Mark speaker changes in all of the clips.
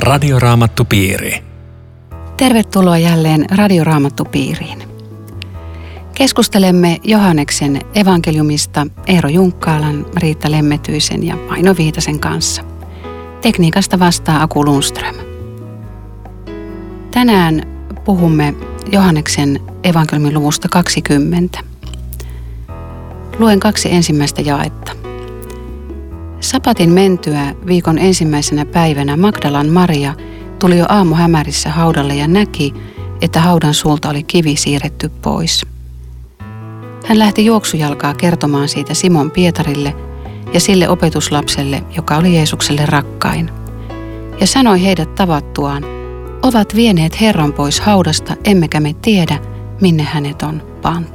Speaker 1: Radioraamattupiiri.
Speaker 2: Tervetuloa jälleen Radioraamattupiiriin. Keskustelemme Johanneksen evankeliumista Eero Junkkaalan, Riitta Lemmetyisen ja Aino Viitasen kanssa. Tekniikasta vastaa Aku Lundström. Tänään puhumme Johanneksen evankeliumin luvusta 20. Luen 2 ensimmäistä jaetta. Sapatin mentyä viikon ensimmäisenä päivänä Magdalan Maria tuli jo aamuhämärissä haudalle ja näki, että haudan suulta oli kivi siirretty pois. Hän lähti juoksujalkaa kertomaan siitä Simon Pietarille ja sille opetuslapselle, joka oli Jeesukselle rakkain. Ja sanoi heidät tavattuaan, ovat vieneet Herran pois haudasta, emmekä me tiedä, minne hänet on pantu.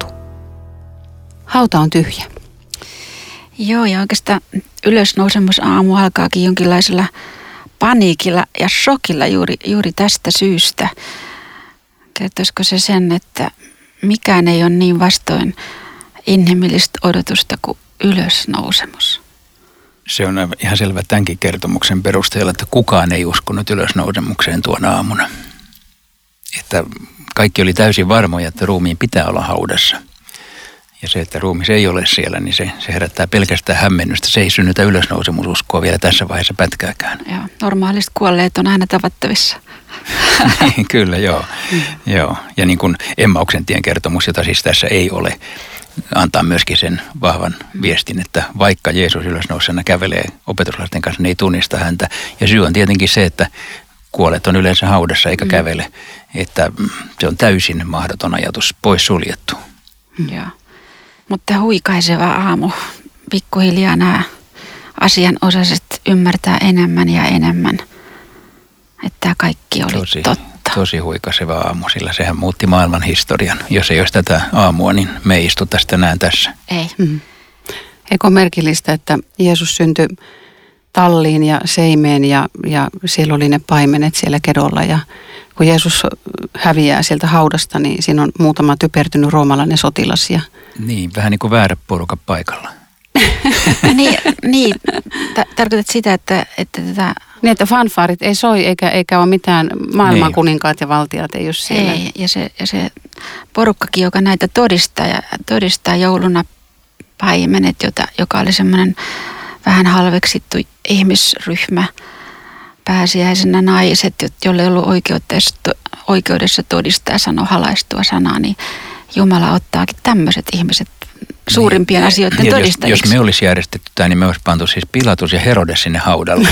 Speaker 2: Hauta on tyhjä.
Speaker 3: Joo, ja oikeastaan ylösnousemus aamu alkaakin jonkinlaisella paniikilla ja shokilla juuri tästä syystä. Kertoisiko se sen, että mikään ei ole niin vastoin inhimillistä odotusta kuin ylösnousemus?
Speaker 4: Se on ihan selvä tämänkin kertomuksen perusteella, että kukaan ei uskonut ylösnousemukseen tuona aamuna. Että kaikki oli täysin varmoja, että ruumiin pitää olla haudassa. Ja se, että ruumis ei ole siellä, niin se herättää pelkästään hämmennystä. Se ei synnytä ylösnousemususkoa vielä tässä vaiheessa pätkääkään.
Speaker 3: Joo, normaalisti kuolleet on aina tavattavissa.
Speaker 4: Niin, kyllä, joo. Joo. Ja niin kuin Emmauksen tien kertomus, jota siis tässä ei ole, antaa myöskin sen vahvan viestin, että vaikka Jeesus ylösnousena kävelee opetuslasten kanssa, niin ei tunnista häntä. Ja syy on tietenkin se, että kuolleet on yleensä haudassa eikä kävele. Että se on täysin mahdoton ajatus, poissuljettu.
Speaker 3: Joo. Mutta huikaiseva aamu. Pikkuhiljaa nämä asianosaiset ymmärtää enemmän ja enemmän, että tämä kaikki oli totta.
Speaker 4: Tosi huikaiseva aamu, sillä sehän muutti maailman historian. Jos ei olisi tätä aamua, niin me ei istuttaisi tänään tässä.
Speaker 3: Ei.
Speaker 2: Eikö merkillistä, että Jeesus syntyi talliin ja seimeen ja siellä oli ne paimenet siellä kedolla ja kun Jeesus häviää sieltä haudasta, niin siinä on muutama typertynyt roomalainen sotilas.
Speaker 4: Niin, vähän niin kuin väärä porukan paikalla.
Speaker 3: niin. Tarkoitat sitä, että tätä...
Speaker 2: Niin, että fanfaarit ei soi eikä ole mitään maailmankuninkaat ja valtiat ei ole siellä.
Speaker 3: Ei, ja se porukkakin, joka näitä todistaa jouluna paimenet, joka oli semmoinen vähän halveksittu ihmisryhmä, pääsiäisenä naiset, jolle ei ollut oikeudessa todistaa ja sanoa halaistua sanaa, niin Jumala ottaakin tämmöiset ihmiset suurimpien asioiden todistajiksi.
Speaker 4: Jos me olisi järjestetty tämä, niin me olisi pantu siis Pilatus ja Herodes sinne haudalle.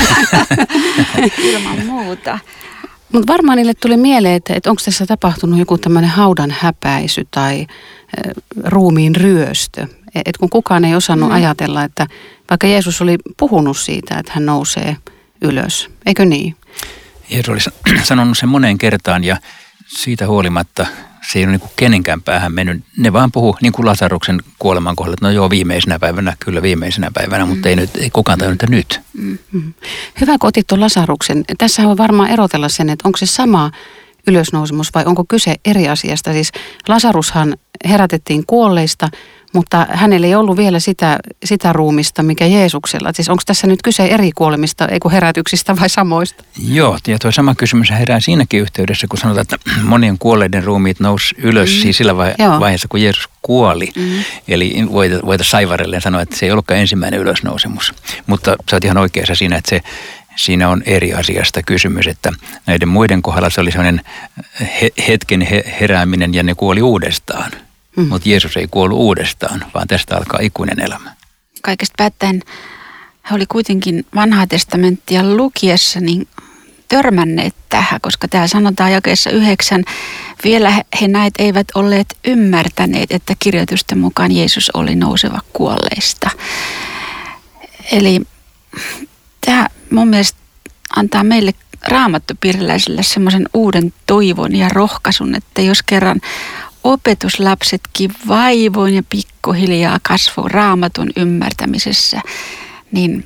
Speaker 3: Ilman muuta.
Speaker 2: Mutta varmaan niille tuli mieleen, että onko tässä tapahtunut joku tämmöinen haudan häpäisy tai ruumiin ryöstö. Et kun kukaan ei osannut ajatella, että vaikka Jeesus oli puhunut siitä, että hän nousee ylös. Eikö niin?
Speaker 4: Jeesus oli sanonut sen moneen kertaan ja siitä huolimatta se ei ole niin kuin kenenkään päähän mennyt. Ne vaan puhuu niin kuin Lasaruksen kuoleman kohdalla, että no joo viimeisenä päivänä, mutta ei kukaan tajunnut nyt.
Speaker 2: Hyvä, kun otit tuon Lasaruksen. Tässä on varmaan erotella sen, että onko se sama ylösnousemus vai onko kyse eri asiasta. Siis Lasarushan herätettiin kuolleista, mutta hänellä ei ollut vielä sitä ruumista, mikä Jeesuksella. Siis onko tässä nyt kyse eri kuolemista, ei kun herätyksistä vai samoista?
Speaker 4: Joo, ja tuo sama kysymys herää siinäkin yhteydessä, kun sanotaan, että monien kuolleiden ruumiit nousi ylös siis sillä vaiheessa, kun Jeesus kuoli. Eli voitaisiin saivarelleen sanoa, että se ei ollutkaan ensimmäinen ylösnousemus. Mutta sä oot ihan oikeassa siinä, että siinä on eri asiasta kysymys, että näiden muiden kohdalla se oli sellainen hetken herääminen ja ne kuoli uudestaan. Mutta Jeesus ei kuollut uudestaan, vaan tästä alkaa ikuinen elämä.
Speaker 3: Kaikesta päättäen he oli kuitenkin vanhaa testamenttia lukiessa niin törmänneet tähän, koska täällä sanotaan jakeessa 9, vielä he näet eivät olleet ymmärtäneet, että kirjoitusten mukaan Jeesus oli nouseva kuolleista. Eli tämä mun mielestä antaa meille raamattupiiriläisille semmoisen uuden toivon ja rohkaisun, että jos kerran opetuslapsetkin vaivoin ja pikkuhiljaa kasvoi raamatun ymmärtämisessä, niin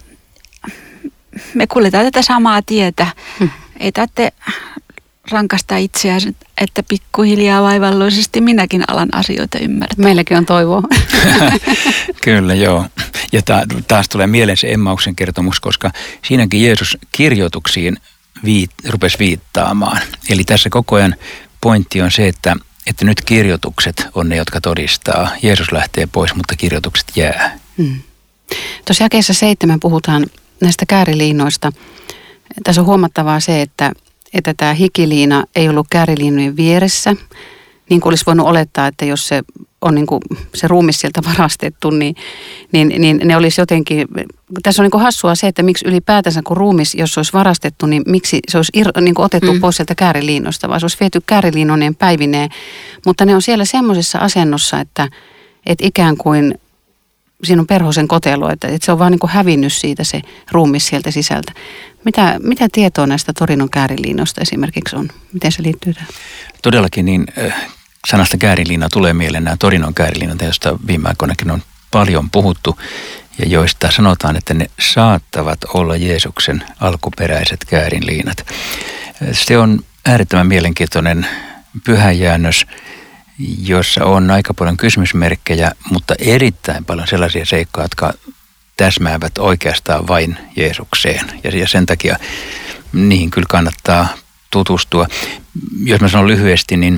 Speaker 3: me kuljetaan tätä samaa tietä. Ei tarvitse rankastaa itseään, että pikkuhiljaa vaivalloisesti minäkin alan asioita ymmärtää.
Speaker 2: Meilläkin on toivoa.
Speaker 4: Kyllä, joo. Ja taas tulee mieleen se Emmauksen kertomus, koska siinäkin Jeesus kirjoituksiin rupesi viittaamaan. Eli tässä koko ajan pointti on se, että nyt kirjoitukset on ne, jotka todistaa. Jeesus lähtee pois, mutta kirjoitukset jää.
Speaker 2: Tuossa jakeessa 7 puhutaan näistä kääriliinoista. Tässä on huomattavaa se, että tämä hikiliina ei ollut kääriliinojen vieressä. Niin kuin olisi voinut olettaa, että jos se on niin kuin se ruumis sieltä varastettu, niin ne olisi jotenkin... Tässä on niin kuin hassua se, että miksi ylipäätänsä kun ruumis, jos se olisi varastettu, niin miksi se olisi niin kuin otettu pois sieltä kääriliinosta, vaan se olisi viety kääriliinoneen päivineen. Mutta ne on siellä semmoisessa asennossa, että ikään kuin siinä on perhosen kotelo, että se on vaan niin kuin hävinnyt siitä se ruumis sieltä sisältä. Mitä tietoa näistä Torinon kääriliinoista esimerkiksi on? Miten se liittyy tähän?
Speaker 4: Todellakin niin sanasta kääriliina tulee mieleen nämä Torinon kääriliinat, joista viime aikoinakin on paljon puhuttu ja joista sanotaan, että ne saattavat olla Jeesuksen alkuperäiset käärinliinat. Se on äärettömän mielenkiintoinen pyhäjäännös, jossa on aika paljon kysymysmerkkejä, mutta erittäin paljon sellaisia seikkoja, jotka täsmäävät oikeastaan vain Jeesukseen. Ja sen takia niihin kyllä kannattaa tutustua. Jos mä sanon lyhyesti, niin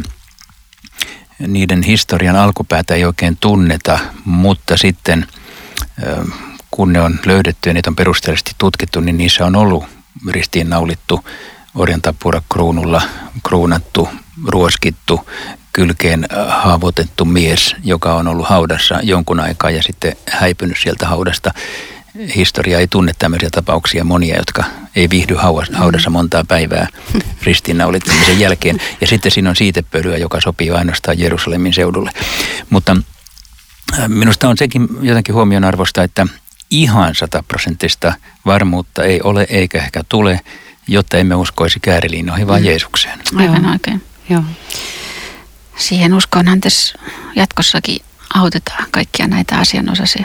Speaker 4: niiden historian alkupäätä ei oikein tunneta, mutta sitten kun ne on löydetty ja niitä on perusteellisesti tutkittu, niin niissä on ollut ristiinnaulittu orjantappurakruunulla kruunattu, ruoskittu, kylkeen haavoitettu mies, joka on ollut haudassa jonkun aikaa ja sitten häipynyt sieltä haudasta. Historia ei tunne tämmöisiä tapauksia, monia, jotka ei viihdy haudassa montaa päivää ristiinnaulittamisen jälkeen. Ja sitten siinä on siitepölyä, joka sopii ainoastaan Jerusalemin seudulle. Mutta minusta on sekin jotenkin huomionarvoista, että ihan 100% varmuutta ei ole eikä ehkä tule, jotta emme uskoisi kääriliinoihin, vaan Jeesukseen.
Speaker 3: Aivan oikein.
Speaker 2: Joo.
Speaker 3: Siihen uskoonhan tässä jatkossakin autetaan kaikkia näitä asianosaisia.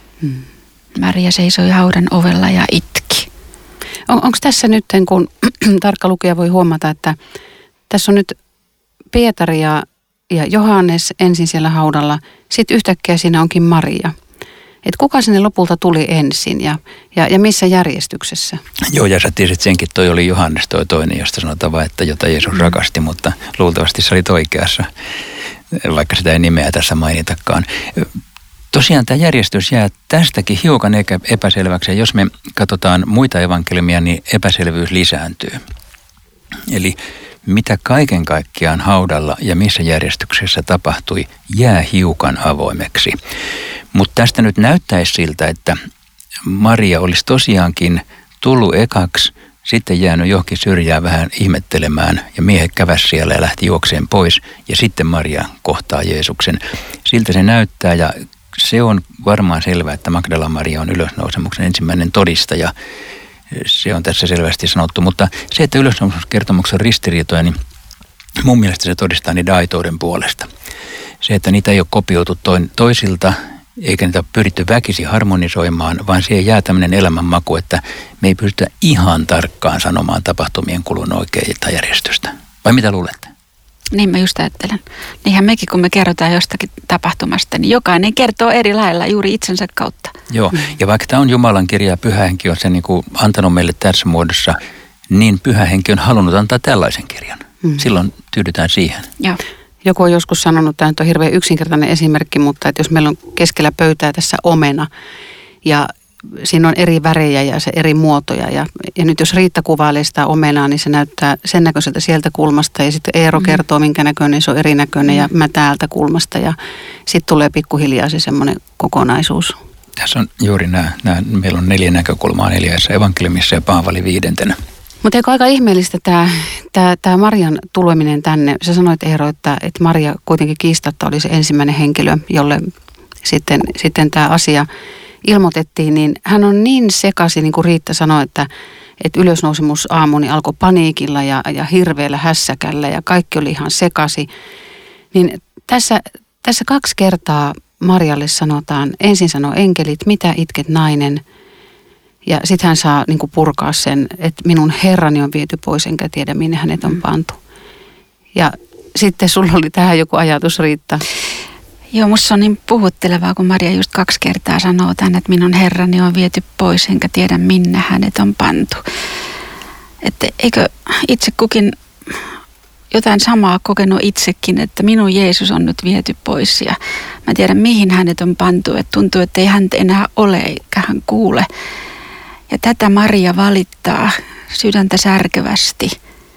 Speaker 3: Maria seisoi haudan ovella ja itki.
Speaker 2: Onko tässä nyt, kun tarkka lukija voi huomata, että tässä on nyt Pietari ja Johannes ensin siellä haudalla, sitten yhtäkkiä siinä onkin Maria. Että kuka sinne lopulta tuli ensin ja missä järjestyksessä?
Speaker 4: Joo, ja sä tiesit senkin, toi oli Johannes toi toinen, josta sanotaan vain, että jota Jeesus rakasti, mutta luultavasti sä olit oikeassa, vaikka sitä ei nimeä tässä mainitakaan. Tosiaan tämä järjestys jää tästäkin hiukan epäselväksi, ja jos me katsotaan muita evankeliumia, niin epäselvyys lisääntyy. Eli mitä kaiken kaikkiaan haudalla ja missä järjestyksessä tapahtui, jää hiukan avoimeksi. Mutta tästä nyt näyttäisi siltä, että Maria olisi tosiaankin tullut ekaksi, sitten jäänyt johonkin syrjään vähän ihmettelemään ja miehet käväsi siellä ja lähti juokseen pois ja sitten Maria kohtaa Jeesuksen. Siltä se näyttää ja se on varmaan selvää, että Magdalan Maria on ylösnousemuksen ensimmäinen todistaja. Se on tässä selvästi sanottu, mutta se, että ylösnousemuskertomuksessa on ristiriitoja, niin mun mielestä se todistaa niiden aitouden puolesta. Se, että niitä ei ole kopioitu toisilta, eikä niitä ole pyritty väkisin harmonisoimaan, vaan siihen jää tämmöinen elämänmaku, että me ei pystytä ihan tarkkaan sanomaan tapahtumien kulun oikeita järjestystä. Vai mitä luulette?
Speaker 3: Niin mä just ajattelen. Niinhän mekin, kun me kerrotaan jostakin tapahtumasta, niin jokainen kertoo eri lailla juuri itsensä kautta.
Speaker 4: Joo, ja vaikka tämä on Jumalan kirja ja Pyhä Henki on se niin kuin antanut meille tässä muodossa, niin Pyhä Henki on halunnut antaa tällaisen kirjan. Silloin tyydytään siihen.
Speaker 3: Joo.
Speaker 2: Joku on joskus sanonut, että tämä on hirveän yksinkertainen esimerkki, mutta että jos meillä on keskellä pöytää tässä omena ja siinä on eri värejä ja se eri muotoja ja nyt jos Riitta kuvailee sitä omenaa, niin se näyttää sen näköiseltä sieltä kulmasta ja sitten Eero kertoo minkä näköinen se on erinäköinen ja mä täältä kulmasta ja sitten tulee pikkuhiljaa se semmoinen kokonaisuus.
Speaker 4: Tässä on juuri nämä meillä on 4 näkökulmaa 4 evankeliumissa ja Paavali 5.
Speaker 2: Mutta eikö aika ihmeellistä tämä Marian tuleminen tänne? Sä sanoit Eero, että Maria kuitenkin kiistatta oli se ensimmäinen henkilö, jolle sitten tämä asia ilmoitettiin, niin hän on niin sekaisin, niin kuin Riitta sanoi, että ylösnousemusaamu niin alkoi paniikilla ja hirveällä hässäkällä ja kaikki oli ihan sekaisin. Niin tässä 2 kertaa Marjalle sanotaan, ensin sanoo enkelit, mitä itket nainen, ja sitten hän saa niin kuin purkaa sen, että minun herrani on viety pois, enkä tiedä minne hänet on pantu. Ja sitten sulla oli tähän joku ajatus, Riitta.
Speaker 3: Joo, musta on niin puhuttelevaa, kun Maria just 2 kertaa sanoo tämän, että minun herrani on viety pois, enkä tiedä minne hänet on pantu. Että eikö itse kukin jotain samaa kokenut itsekin, että minun Jeesus on nyt viety pois ja mä tiedän mihin hänet on pantu. Että tuntuu, että ei häntä enää ole eikä hän kuule. Ja tätä Maria valittaa sydäntä särkevästi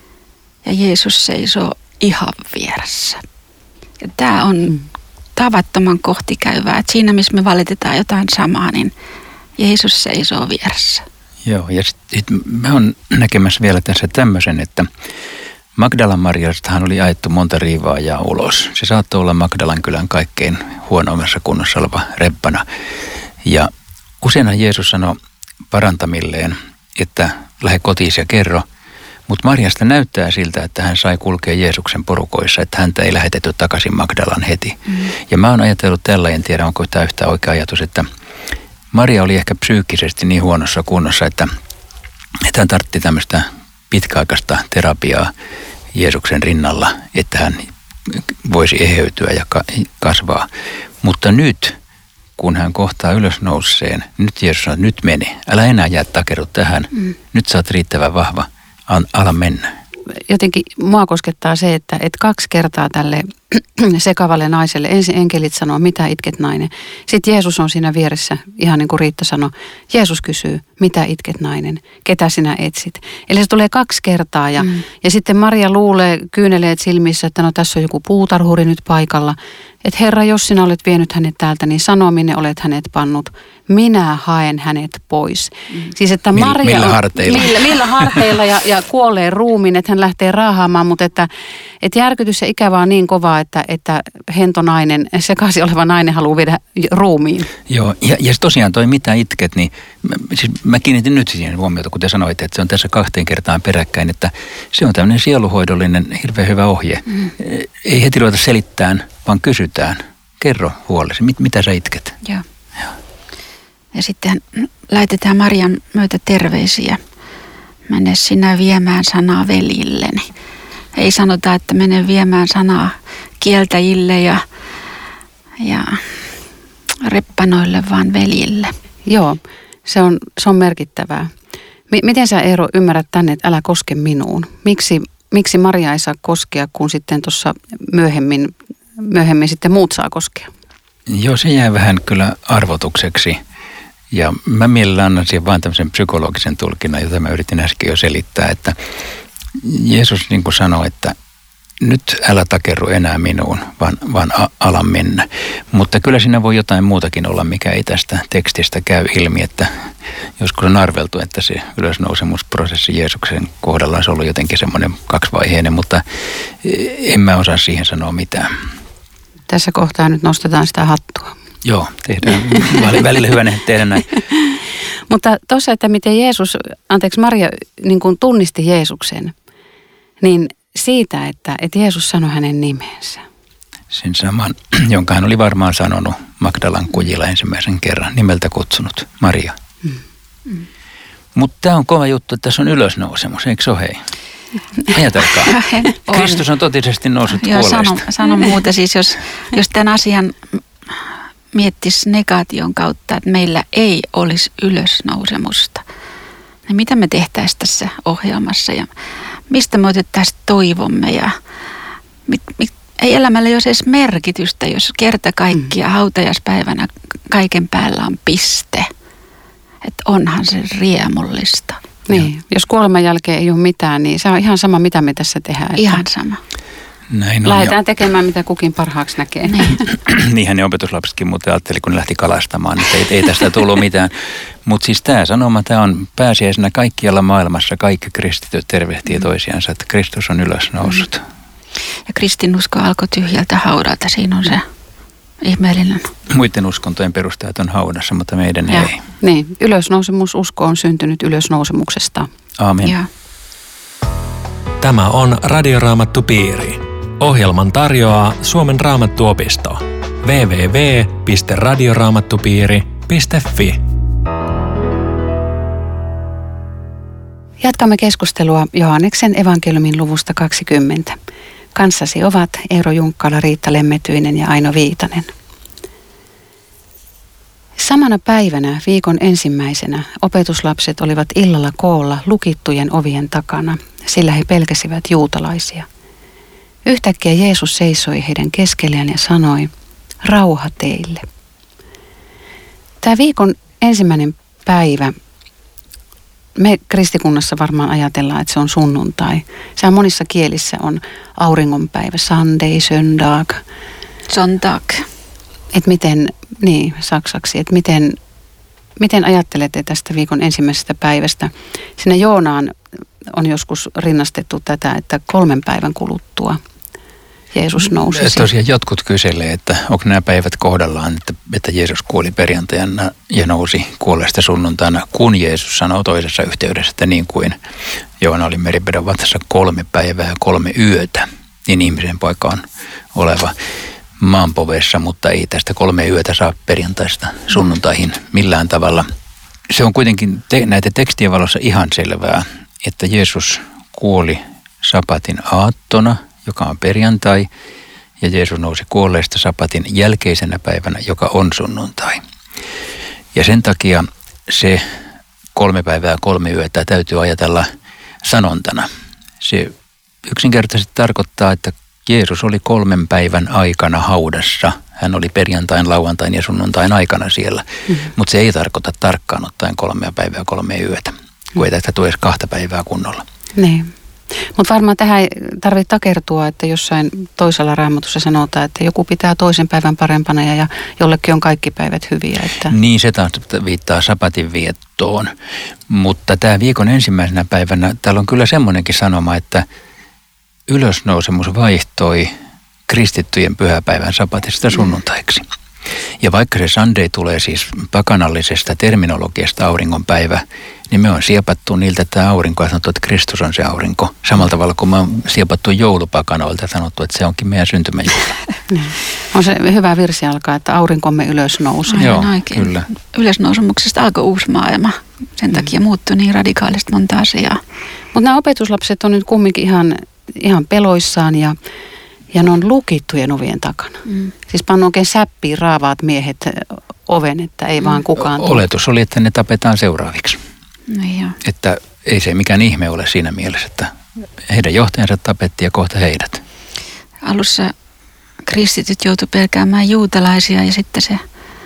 Speaker 3: ja Jeesus seisoo ihan vieressä. Ja tämä on tavattoman kohtikäyvää, että siinä missä me valitetaan jotain samaa, niin Jeesus seisoo vieressä.
Speaker 4: Joo, ja sitten mä oon näkemässä vielä tässä tämmöisen, että Magdalan Mariastahan oli ajettu monta riivaajaa ulos. Se saattoi olla Magdalan kylän kaikkein huonoimmassa kunnossa oleva reppana. Ja useinhan Jeesus sanoi parantamilleen, että lähde kotiin ja kerro. Mutta Marjasta näyttää siltä, että hän sai kulkea Jeesuksen porukoissa, että häntä ei lähetetty takaisin Magdalan heti. Ja mä oon ajatellut tällä, en tiedä onko tämä yhtä oikea ajatus, että Maria oli ehkä psyykkisesti niin huonossa kunnossa, että hän tarvitsi tämmöistä pitkäaikaista terapiaa Jeesuksen rinnalla, että hän voisi eheytyä ja kasvaa. Mutta nyt, kun hän kohtaa ylösnouseen, nyt Jeesus sanoo, että nyt meni. Älä enää jää takerru tähän. Nyt sä oot riittävän vahva. Ala mennä.
Speaker 2: Jotenkin mua koskettaa se, että 2 kertaa tälle sekavalle naiselle ensin enkelit sanoo, mitä itket nainen. Sitten Jeesus on siinä vieressä, ihan niin kuin Riitta sanoi. Jeesus kysyy, mitä itket nainen, ketä sinä etsit. Eli se tulee 2 kertaa ja sitten Maria luulee kyyneleet silmissä, että no tässä on joku puutarhuri nyt paikalla. Että Herra, jos sinä olet vienyt hänet täältä, niin sano minne olet hänet pannut. Minä haen hänet pois. Siis että Maria
Speaker 4: millä harteilla?
Speaker 2: Millä harteilla ja kuolee ruumiin, että hän lähtee raahaamaan, mutta että järkytys ja ikävä on niin kovaa, että hentonainen, sekaisin oleva nainen haluaa viedä ruumiin.
Speaker 4: Joo, ja tosiaan toi mitä itket, niin siis mä kiinnitin nyt siihen huomiota, kun te sanoitte, että se on tässä 2 kertaan peräkkäin, että se on tämmöinen sieluhoidollinen hirveän hyvä ohje. Ei heti ruveta selittämään, vaan kysytään. Kerro huolesi, mitä sä itket?
Speaker 3: Joo. Ja sitten lähetetään Marian myötä terveisiä. Mene sinä viemään sanaa veljilleni. Ei sanota, että mene viemään sanaa kieltäjille ja reppanoille, vaan veljille.
Speaker 2: Joo, se on merkittävää. Miten sä Eero ymmärrät tänne, että älä koske minuun? Miksi Maria ei saa koskea, kun sitten tuossa myöhemmin sitten muut saa koskea?
Speaker 4: Joo, se jää vähän kyllä arvotukseksi. Ja mä mielellään annan siihen vaan tämmöisen psykologisen tulkinnan, jota mä yritin äsken jo selittää, että Jeesus niin kuin sanoi, että nyt älä takerru enää minuun, vaan ala mennä. Mutta kyllä siinä voi jotain muutakin olla, mikä ei tästä tekstistä käy ilmi, että joskus on arveltu, että se ylösnousemusprosessi Jeesuksen kohdalla on ollut jotenkin semmoinen 2-vaiheinen, mutta en mä osaa siihen sanoa mitään.
Speaker 2: Tässä kohtaa nyt nostetaan sitä hattua.
Speaker 4: Joo, tehdään välillä hyvä tehdä näin.
Speaker 2: Mutta tuossa, että miten Maria niin kuin tunnisti Jeesuksen, niin siitä, että Jeesus sanoi hänen nimensä.
Speaker 4: Sen saman, jonka hän oli varmaan sanonut Magdalan kujilla ensimmäisen kerran, nimeltä kutsunut Maria. Mutta tämä on kova juttu, että tässä on ylösnousemus, eikö se ole hei? Ajatelkaa. Kristus on totisesti noussut kuolleista.
Speaker 3: Sano muuta siis, jos tämän asian miettisi negaation kautta, että meillä ei olisi ylösnousemusta. Niin mitä me tehtäisiin tässä ohjelmassa ja mistä me otettaisiin toivomme ja ei elämällä jos edes merkitystä, jos kerta kaikkia hautajaispäivänä kaiken päällä on piste. Että onhan se riemullista.
Speaker 2: Niin, jos kuoleman jälkeen ei ole mitään, niin se on ihan sama, mitä me tässä tehdään.
Speaker 3: Ihan sama.
Speaker 4: Näin on.
Speaker 2: Lähdetään tekemään, mitä kukin parhaaksi näkee.
Speaker 4: Niinhän ne opetuslapsetkin muuten ajatteli, kun ne lähti kalastamaan, että ei tästä tullut mitään. Mutta siis tämä sanoma, tämä on pääsiäisenä kaikkialla maailmassa. Kaikki kristityt tervehtii toisiansa, että Kristus on ylösnoussut.
Speaker 3: Ja kristinusko alkoi tyhjältä haudalta. Siinä on se ihmeellinen.
Speaker 4: Muiden uskontojen perustajat on haudassa, mutta meidän ei.
Speaker 2: Niin, ylösnousemususko on syntynyt ylösnousemuksesta.
Speaker 4: Aamen.
Speaker 3: Ja.
Speaker 1: Tämä on Radioraamattupiiri. Ohjelman tarjoaa Suomen Raamattuopisto. www.radioraamattupiiri.fi.
Speaker 2: Jatkamme keskustelua Johanneksen evankeliumin luvusta 20. Kanssasi ovat Eero Junkkala, Riitta Lemmetyinen ja Aino Viitanen. Samana päivänä viikon ensimmäisenä opetuslapset olivat illalla koolla lukittujen ovien takana, sillä he pelkäsivät juutalaisia. Yhtäkkiä Jeesus seisoi heidän keskelleen ja sanoi, rauha teille. Tämä viikon ensimmäinen päivä, me kristikunnassa varmaan ajatellaan, että se on sunnuntai. Sehän monissa kielissä on auringonpäivä, Sunday, Söndag.
Speaker 3: Sonntag.
Speaker 2: Että miten, niin saksaksi, että miten ajattelette tästä viikon ensimmäisestä päivästä? Siinä Joonaan on joskus rinnastettu tätä, että 3 päivän kuluttua Jeesus nousi.
Speaker 4: Tosiaan jotkut kyselee, että onko nämä päivät kohdallaan, että Jeesus kuoli perjantaina ja nousi kuolleesta sunnuntaina, kun Jeesus sanoo toisessa yhteydessä, että niin kuin Joona oli meripedon vatsassa 3 päivää ja 3 yötä, niin ihmisen poika on oleva maanpovessa, mutta ei tästä 3 yötä saa perjantaista sunnuntaihin millään tavalla. Se on kuitenkin näitä tekstien valossa ihan selvää, että Jeesus kuoli sapatin aattona, joka on perjantai, ja Jeesus nousi kuolleesta sapatin jälkeisenä päivänä, joka on sunnuntai. Ja sen takia se 3 päivää 3 yötä täytyy ajatella sanontana. Se yksinkertaisesti tarkoittaa, että Jeesus oli 3 päivän aikana haudassa. Hän oli perjantain, lauantain ja sunnuntain aikana siellä. Mutta se ei tarkoita tarkkaan ottaen 3 päivää 3 yötä, kun ei tästä tule edes 2 päivää kunnolla.
Speaker 2: Niin. Mutta varmaan tähän ei tarvitse takertua, että jossain toisella Raamatussa sanotaan, että joku pitää toisen päivän parempana ja jollekin on kaikki päivät hyviä. Että...
Speaker 4: Niin, se taas viittaa sapatin viettoon. Mutta tämä viikon ensimmäisenä päivänä, täällä on kyllä semmoinenkin sanoma, että ylösnousemus vaihtoi kristittyjen pyhäpäivän sapatista sunnuntaiksi. Ja vaikka se Sunday tulee siis pakanallisesta terminologiasta auringonpäivä, niin me on siepattu niiltä tämä aurinko ja sanottu, että Kristus on se aurinko. Samalla tavalla kuin me on siepattu joulupakanoilta ja sanottu, että se onkin meidän syntymäjuhla.
Speaker 2: On se hyvä virsi alkaa, että aurinkomme ylösnousee.
Speaker 4: Joo, kyllä.
Speaker 3: Ylösnousemuksesta alkoi uusi maailma. Sen takia muuttui niin radikaalisti monta asiaa.
Speaker 2: Mutta nämä opetuslapset on nyt kumminkin ihan peloissaan ja ne on lukittujen ovien takana. Siis pannut oikein säppiin raavaat miehet oven, että ei vaan kukaan tule.
Speaker 4: Oletus oli, että ne tapetaan seuraaviksi.
Speaker 3: No,
Speaker 4: että ei se mikään ihme ole siinä mielessä, että heidän johtajansa tapettiin ja kohta heidät.
Speaker 3: Alussa kristityt joutui pelkäämään juutalaisia ja sitten se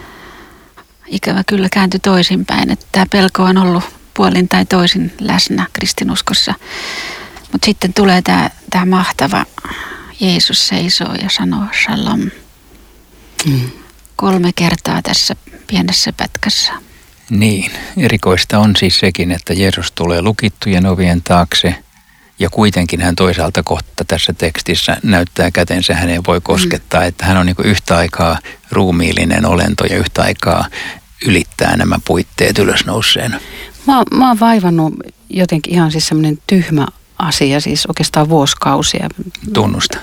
Speaker 3: ikävä kyllä kääntyi toisinpäin. Että tämä pelko on ollut puolin tai toisin läsnä kristinuskossa. Mutta sitten tulee tämä mahtava Jeesus seisoo ja sanoo shalom. 3 kertaa tässä pienessä pätkässä.
Speaker 4: Niin, erikoista on siis sekin, että Jeesus tulee lukittujen ovien taakse ja kuitenkin hän toisaalta kohta tässä tekstissä näyttää kätensä, hän ei voi koskettaa, että hän on niin kuin yhtä aikaa ruumiillinen olento ja yhtä aikaa ylittää nämä puitteet ylösnouseena.
Speaker 2: Mä oon vaivannut jotenkin ihan siis semmoinen tyhmä asia, siis oikeastaan vuosikausia.
Speaker 4: Tunnusta.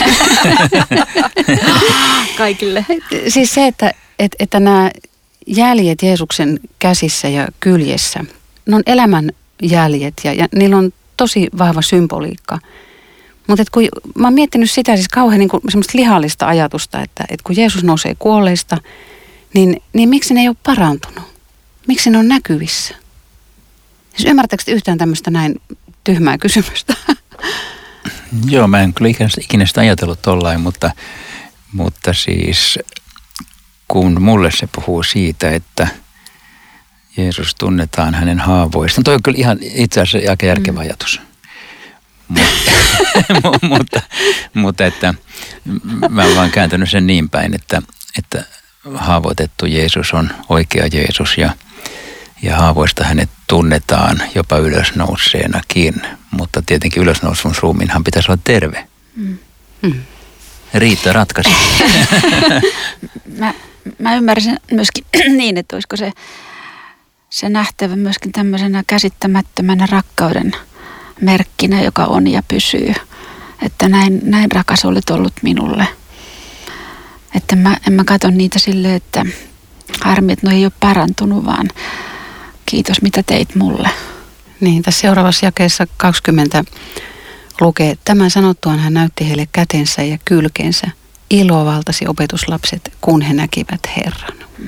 Speaker 3: Kaikille.
Speaker 2: Siis se, että nämä jäljet Jeesuksen käsissä ja kyljessä, ne on elämän jäljet ja niillä on tosi vahva symboliikka. Mutta kun mä oon miettinyt sitä siis kauhean niin kuin semmoista lihallista ajatusta, että kun Jeesus nousee kuolleista, niin miksi ne ei ole parantunut? Miksi ne on näkyvissä? Siis ymmärrättekö yhtään tämmöistä näin tyhmää kysymystä?
Speaker 4: Joo, mä en kyllä ikinä sitä ajatellut tollain, mutta siis kun mulle se puhuu siitä, että Jeesus tunnetaan hänen haavoistaan. Toi on kyllä ihan itse asiassa aika järkevä ajatus. Mutta että mä oon vaan kääntänyt sen niin päin, että haavoitettu Jeesus on oikea Jeesus ja haavoista hänet tunnetaan jopa ylösnouseenakin, mutta tietenkin ylösnousemusruumiinhan pitäisi olla terve. Riitta ratkaisi.
Speaker 3: Mä ymmärsin myöskin niin, että olisiko se nähtävä myöskin tämmöisenä käsittämättömänä rakkauden merkkinä, joka on ja pysyy. Että näin rakas olet ollut minulle. Että en mä katso niitä silleen, että harmi, että no ei ole parantunut, vaan kiitos mitä teit mulle.
Speaker 2: Niin, tässä seuraavassa jakeessa 20 lukee, tämän sanottuaan hän näytti heille kätensä ja kylkensä. Ilo valtasi opetuslapset, kun he näkivät Herran.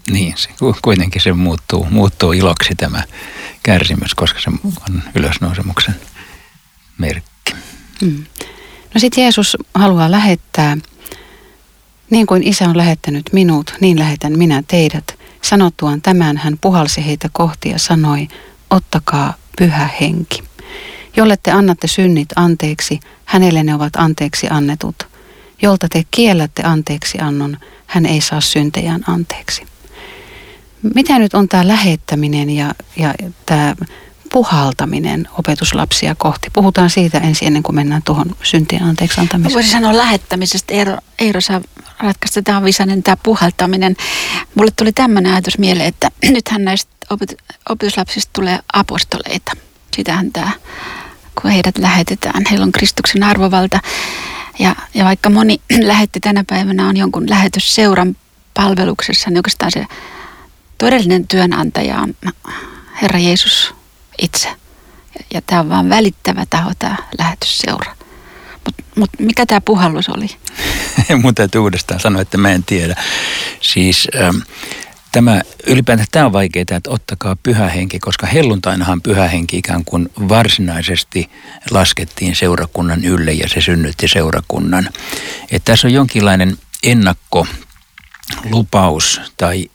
Speaker 4: Niin, se, kuitenkin se muuttuu iloksi tämä kärsimys, koska se on ylösnousemuksen merkki.
Speaker 2: No sitten Jeesus haluaa lähettää, niin kuin Isä on lähettänyt minut, niin lähetän minä teidät. Sanottuaan tämän hän puhalsi heitä kohti ja sanoi, ottakaa Pyhä Henki. Jolle te annatte synnit anteeksi, hänelle ne ovat anteeksi annetut. Jolta te kiellätte anteeksi annon, hän ei saa syntejään anteeksi. Mitä nyt on tämä lähettäminen ja tämä puhaltaminen opetuslapsia kohti? Puhutaan siitä ensin ennen kuin mennään tuohon syntien anteeksi antamiseen.
Speaker 3: Voisin sanoa lähettämisestä. Eero saa ratkaista, tämä on viisainen tämä puhaltaminen. Mulle tuli tämmöinen ajatus mieleen, että nythän näistä opetuslapsista tulee apostoleita. Sitähän tämä, kun heidät lähetetään. Heillä on Kristuksen arvovalta. Ja vaikka moni lähetti tänä päivänä on jonkun lähetysseuran palveluksessa, niin oikeastaan se todellinen työnantaja on Herra Jeesus itse. Ja tämä on vaan välittävä taho, tämä lähetysseura. Mutta mikä tämä puhallus oli?
Speaker 4: Mun täytyy uudestaan sanoa, että mä en tiedä. Siis ylipäätään tämä on vaikeaa, että ottakaa Pyhä Henki, koska helluntainahan Pyhä Henki ikään kuin varsinaisesti laskettiin seurakunnan ylle ja se synnytti seurakunnan. Että tässä on jonkinlainen ennakkolupaus tai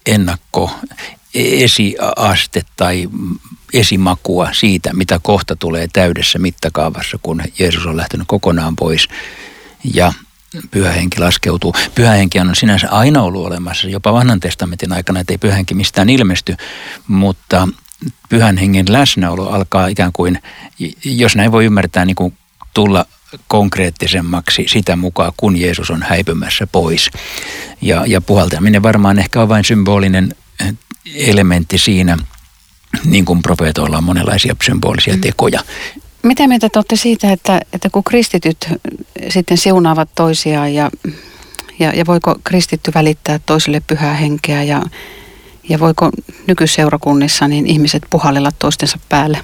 Speaker 4: esiaste tai esimakua siitä, mitä kohta tulee täydessä mittakaavassa, kun Jeesus on lähtenyt kokonaan pois ja Pyhä Henki laskeutuu. Pyhä Henki on sinänsä aina ollut olemassa, jopa Vanhan testamentin aikana, että ei Pyhä Henki mistään ilmesty, mutta Pyhän Hengen läsnäolo alkaa ikään kuin, jos näin voi ymmärtää, niin kuin tulla konkreettisemmaksi sitä mukaan, kun Jeesus on häipymässä pois. Ja puhaltaminen varmaan ehkä on vain symbolinen elementti siinä, niin kuin profeetoilla on monenlaisia symbolisia tekoja.
Speaker 2: Mitä mieltä te olette siitä, että kun kristityt sitten siunaavat toisiaan ja voiko kristitty välittää toisille Pyhää Henkeä ja voiko nykyseurakunnissa niin ihmiset puhallella toistensa päälle?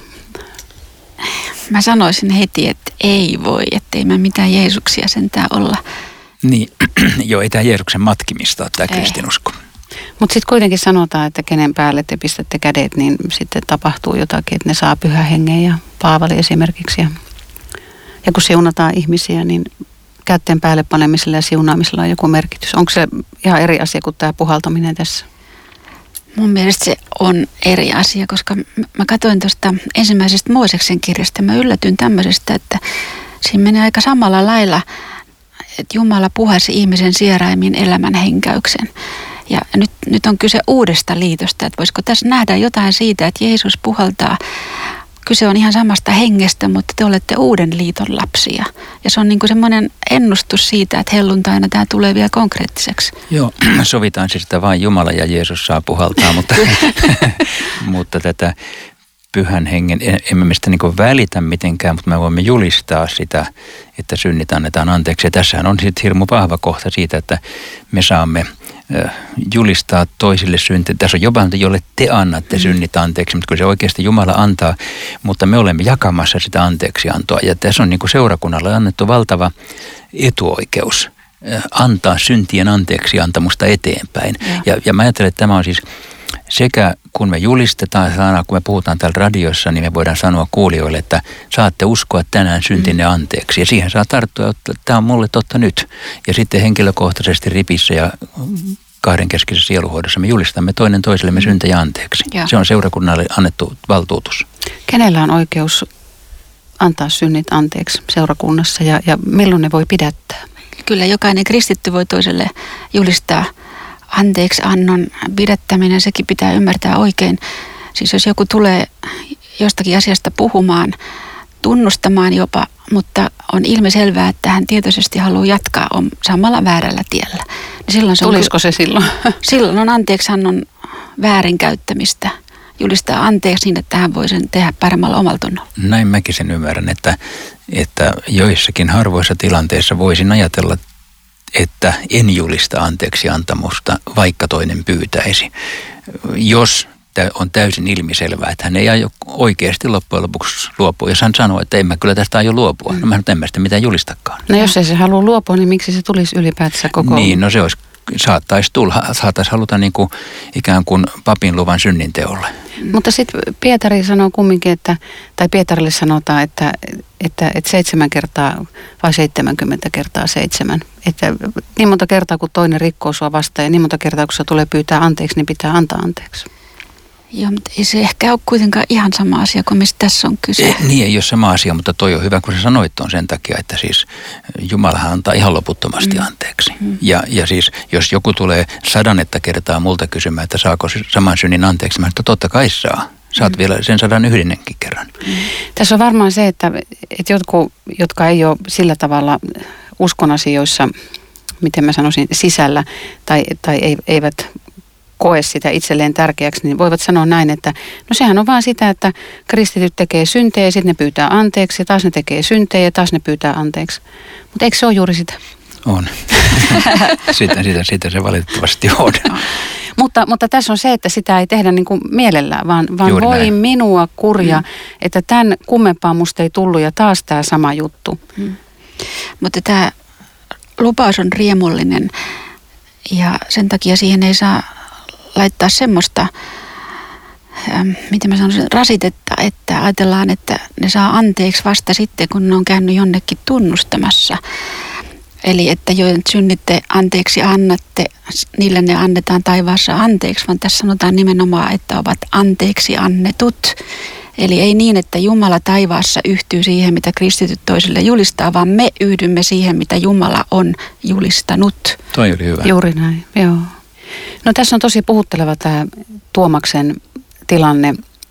Speaker 3: Mä sanoisin heti, että ei voi, ettei me mitään Jeesuksia sentään olla.
Speaker 4: Niin, joo, ei tämä Jeesuksen matkimista ole tämä kristinusko.
Speaker 2: Mutta sitten kuitenkin sanotaan, että kenen päälle te pistätte kädet, niin sitten tapahtuu jotakin, että ne saa Pyhän Hengen ja Paavali esimerkiksi. Ja kun siunataan ihmisiä, niin kätten päälle panemisella ja siunaamisella on joku merkitys. Onko se ihan eri asia kuin tämä puhaltaminen tässä?
Speaker 3: Mun mielestä se on eri asia, koska mä katsoin tuosta ensimmäisestä Mooseksen kirjasta. Mä yllätyin tämmöisestä, että siinä meni aika samalla lailla, että Jumala puhalsi ihmisen sieraimiin elämän henkäyksen. Ja nyt on kyse uudesta liitosta, että voisiko tässä nähdä jotain siitä, että Jeesus puhaltaa. Kyse on ihan samasta hengestä, mutta te olette uuden liiton lapsia. Ja se on niin kuin semmoinen ennustus siitä, että helluntaina tämä tulee vielä konkreettiseksi.
Speaker 4: Joo, sovitaan siis, että vain Jumala ja Jeesus saa puhaltaa, mutta tätä Pyhän Hengen emme me sitä niin kuin välitä mitenkään, mutta me voimme julistaa sitä, että synnit annetaan anteeksi. Ja tässähän on sitten hirmu vahva kohta siitä, että me saamme julistaa toisille syntiä. Tässä on jopa, jolle te annatte synnit anteeksi, mutta kyllä se oikeasti Jumala antaa, mutta me olemme jakamassa sitä anteeksiantoa. Ja tässä on niin kuin seurakunnalle annettu valtava etuoikeus antaa syntien anteeksiantamusta eteenpäin. Ja mä ajattelen, että tämä on siis sekä kun me julistetaan sanaa, kun me puhutaan täällä radiossa, niin me voidaan sanoa kuulijoille, että saatte uskoa tänään syntinne anteeksi. Ja siihen saa tarttua, että tämä on mulle totta nyt. Ja sitten henkilökohtaisesti ripissä ja kahdenkeskisessä sieluhoidossa me julistamme toinen toisellemme syntejä anteeksi. Ja. Se on seurakunnalle annettu valtuutus.
Speaker 2: Kenellä on oikeus antaa synnit anteeksi seurakunnassa ja milloin ne voi pidättää?
Speaker 3: Kyllä jokainen kristitty voi toiselle julistaa anteeksi annon pidättäminen, sekin pitää ymmärtää oikein. Siis jos joku tulee jostakin asiasta puhumaan, tunnustamaan jopa, mutta on ilmiselvää, että hän tietoisesti haluaa jatkaa, on samalla väärällä tiellä. Niin silloin
Speaker 2: tulisiko se silloin?
Speaker 3: Silloin on anteeksi annon väärinkäyttämistä. Julistaa anteeksi niin, että hän voi sen tehdä paremmalla omaltunnolla.
Speaker 4: Näin mäkin sen ymmärrän, että joissakin harvoissa tilanteissa voisin ajatella, että en julista anteeksi antamusta, vaikka toinen pyytäisi. Jos on täysin ilmiselvää, että hän ei aio oikeasti loppujen lopuksi luopua. Jos hän sanoo, että en mä kyllä tästä aio luopua, no mä en mä sitä mitään julistakaan.
Speaker 2: No jos ei se halua luopua, niin miksi se tulisi ylipäätänsä koko...
Speaker 4: Niin, no se olisi saattaisi haluta niin kuin ikään kuin papin luvan synninteolle.
Speaker 2: Mutta sitten Pietari sanoo kumminkin, tai Pietarille sanotaan, että 7 kertaa vai 70 kertaa 7. Että niin monta kertaa, kun toinen rikkoo sua vastaan ja niin monta kertaa, kun se tulee pyytää anteeksi, niin pitää antaa anteeksi.
Speaker 3: Joo, mutta ei se ehkä ole kuitenkaan ihan sama asia kuin mistä tässä on kyse.
Speaker 4: Niin, ei ole sama asia, mutta toi on hyvä, kun sä sanoit on sen takia, että siis Jumalahan antaa ihan loputtomasti anteeksi. Ja siis jos joku tulee 100 kertaa multa kysymään, että saako saman synnin anteeksi, mä sanon, että totta kai saa. Saat vielä sen 101 kerran.
Speaker 2: Tässä on varmaan se, että jotkut, jotka ei ole sillä tavalla uskon asioissa, miten mä sanoisin, sisällä tai eivät koe sitä itselleen tärkeäksi, niin voivat sanoa näin, että no sehän on vaan sitä, että kristityt tekee syntejä ja sitten ne pyytää anteeksi, taas ne tekee syntejä ja taas ne pyytää anteeksi. Mutta eikö se ole juuri sitä?
Speaker 4: On. Sitä se valitettavasti on.
Speaker 2: Mutta tässä on se, että sitä ei tehdä niin kuin mielellään, vaan voi näin. Minua kurja, että tämän kummempaa musta ei tullut ja taas tämä sama juttu.
Speaker 3: Mutta tämä lupaus on riemullinen ja sen takia siihen ei saa laittaa semmoista, miten mä sanoisin, rasitetta, että ajatellaan, että ne saa anteeksi vasta sitten, kun ne on käynyt jonnekin tunnustamassa. Eli että joiden synnit te anteeksi annatte, niille ne annetaan taivaassa anteeksi, vaan tässä sanotaan nimenomaan, että ovat anteeksi annetut. Eli ei niin, että Jumala taivaassa yhtyy siihen, mitä kristityt toisille julistaa, vaan me yhdymme siihen, mitä Jumala on julistanut.
Speaker 4: Toi oli hyvä.
Speaker 2: Juuri näin, joo. No tässä on tosi puhutteleva tämä Tuomaksen tilanne.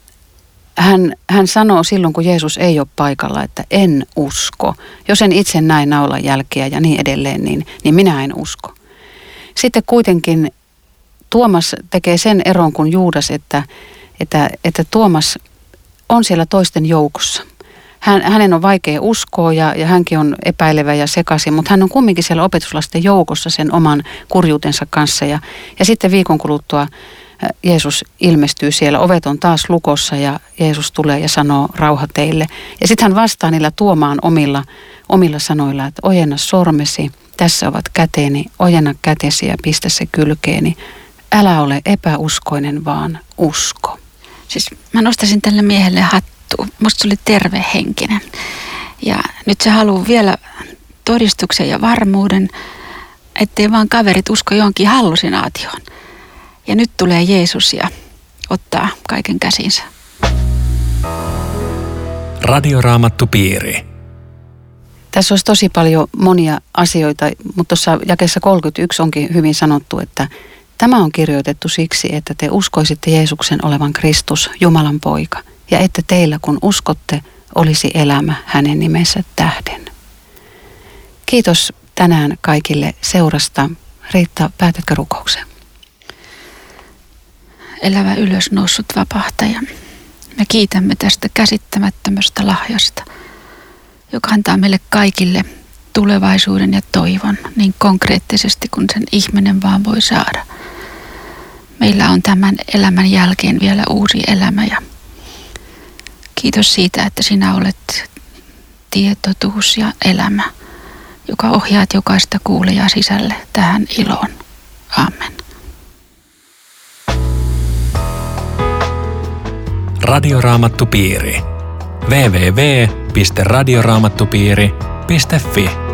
Speaker 2: Hän sanoo silloin, kun Jeesus ei ole paikalla, että en usko. Jos en itse näe naulan jälkiä ja niin edelleen, niin minä en usko. Sitten kuitenkin Tuomas tekee sen eron kuin Juudas, että Tuomas on siellä toisten joukossa. Hänen on vaikea uskoa ja hänkin on epäilevä ja sekaisin, mutta hän on kumminkin siellä opetuslasten joukossa sen oman kurjuutensa kanssa. Ja sitten viikon kuluttua Jeesus ilmestyy siellä, ovet on taas lukossa ja Jeesus tulee ja sanoo rauha teille. Ja sitten hän vastaa niillä Tuomaan omilla sanoilla, että ojenna sormesi, tässä ovat käteeni, ojenna kätesi ja pistä se kylkeeni. Älä ole epäuskoinen, vaan usko.
Speaker 3: Siis mä nostaisin tälle miehelle hattua. Musta se oli tervehenkinen. Ja nyt se haluaa vielä todistuksen ja varmuuden, ettei vaan kaverit usko johonkin hallusinaatioon. Ja nyt tulee Jeesus ja ottaa kaiken käsinsä.
Speaker 1: Radioraamattupiiri.
Speaker 2: Tässä olisi tosi paljon monia asioita, mutta tuossa jakeessa 31 onkin hyvin sanottu, että tämä on kirjoitettu siksi, että te uskoisitte Jeesuksen olevan Kristus, Jumalan poika, ja että teillä kun uskotte, olisi elämä hänen nimensä tähden. Kiitos tänään kaikille seurasta. Riitta, päätätkö rukoukseen?
Speaker 3: Elävä ylösnoussut vapahtaja, me kiitämme tästä käsittämättömästä lahjasta, joka antaa meille kaikille tulevaisuuden ja toivon niin konkreettisesti kuin sen ihminen vaan voi saada. Meillä on tämän elämän jälkeen vielä uusi elämä ja kiitos siitä, että sinä olet tie, totuus ja elämä, joka ohjaat jokaista kuulijaa sisälle tähän iloon. Amen.
Speaker 1: Radioraamattupiiri. www.radioraamattupiiri.fi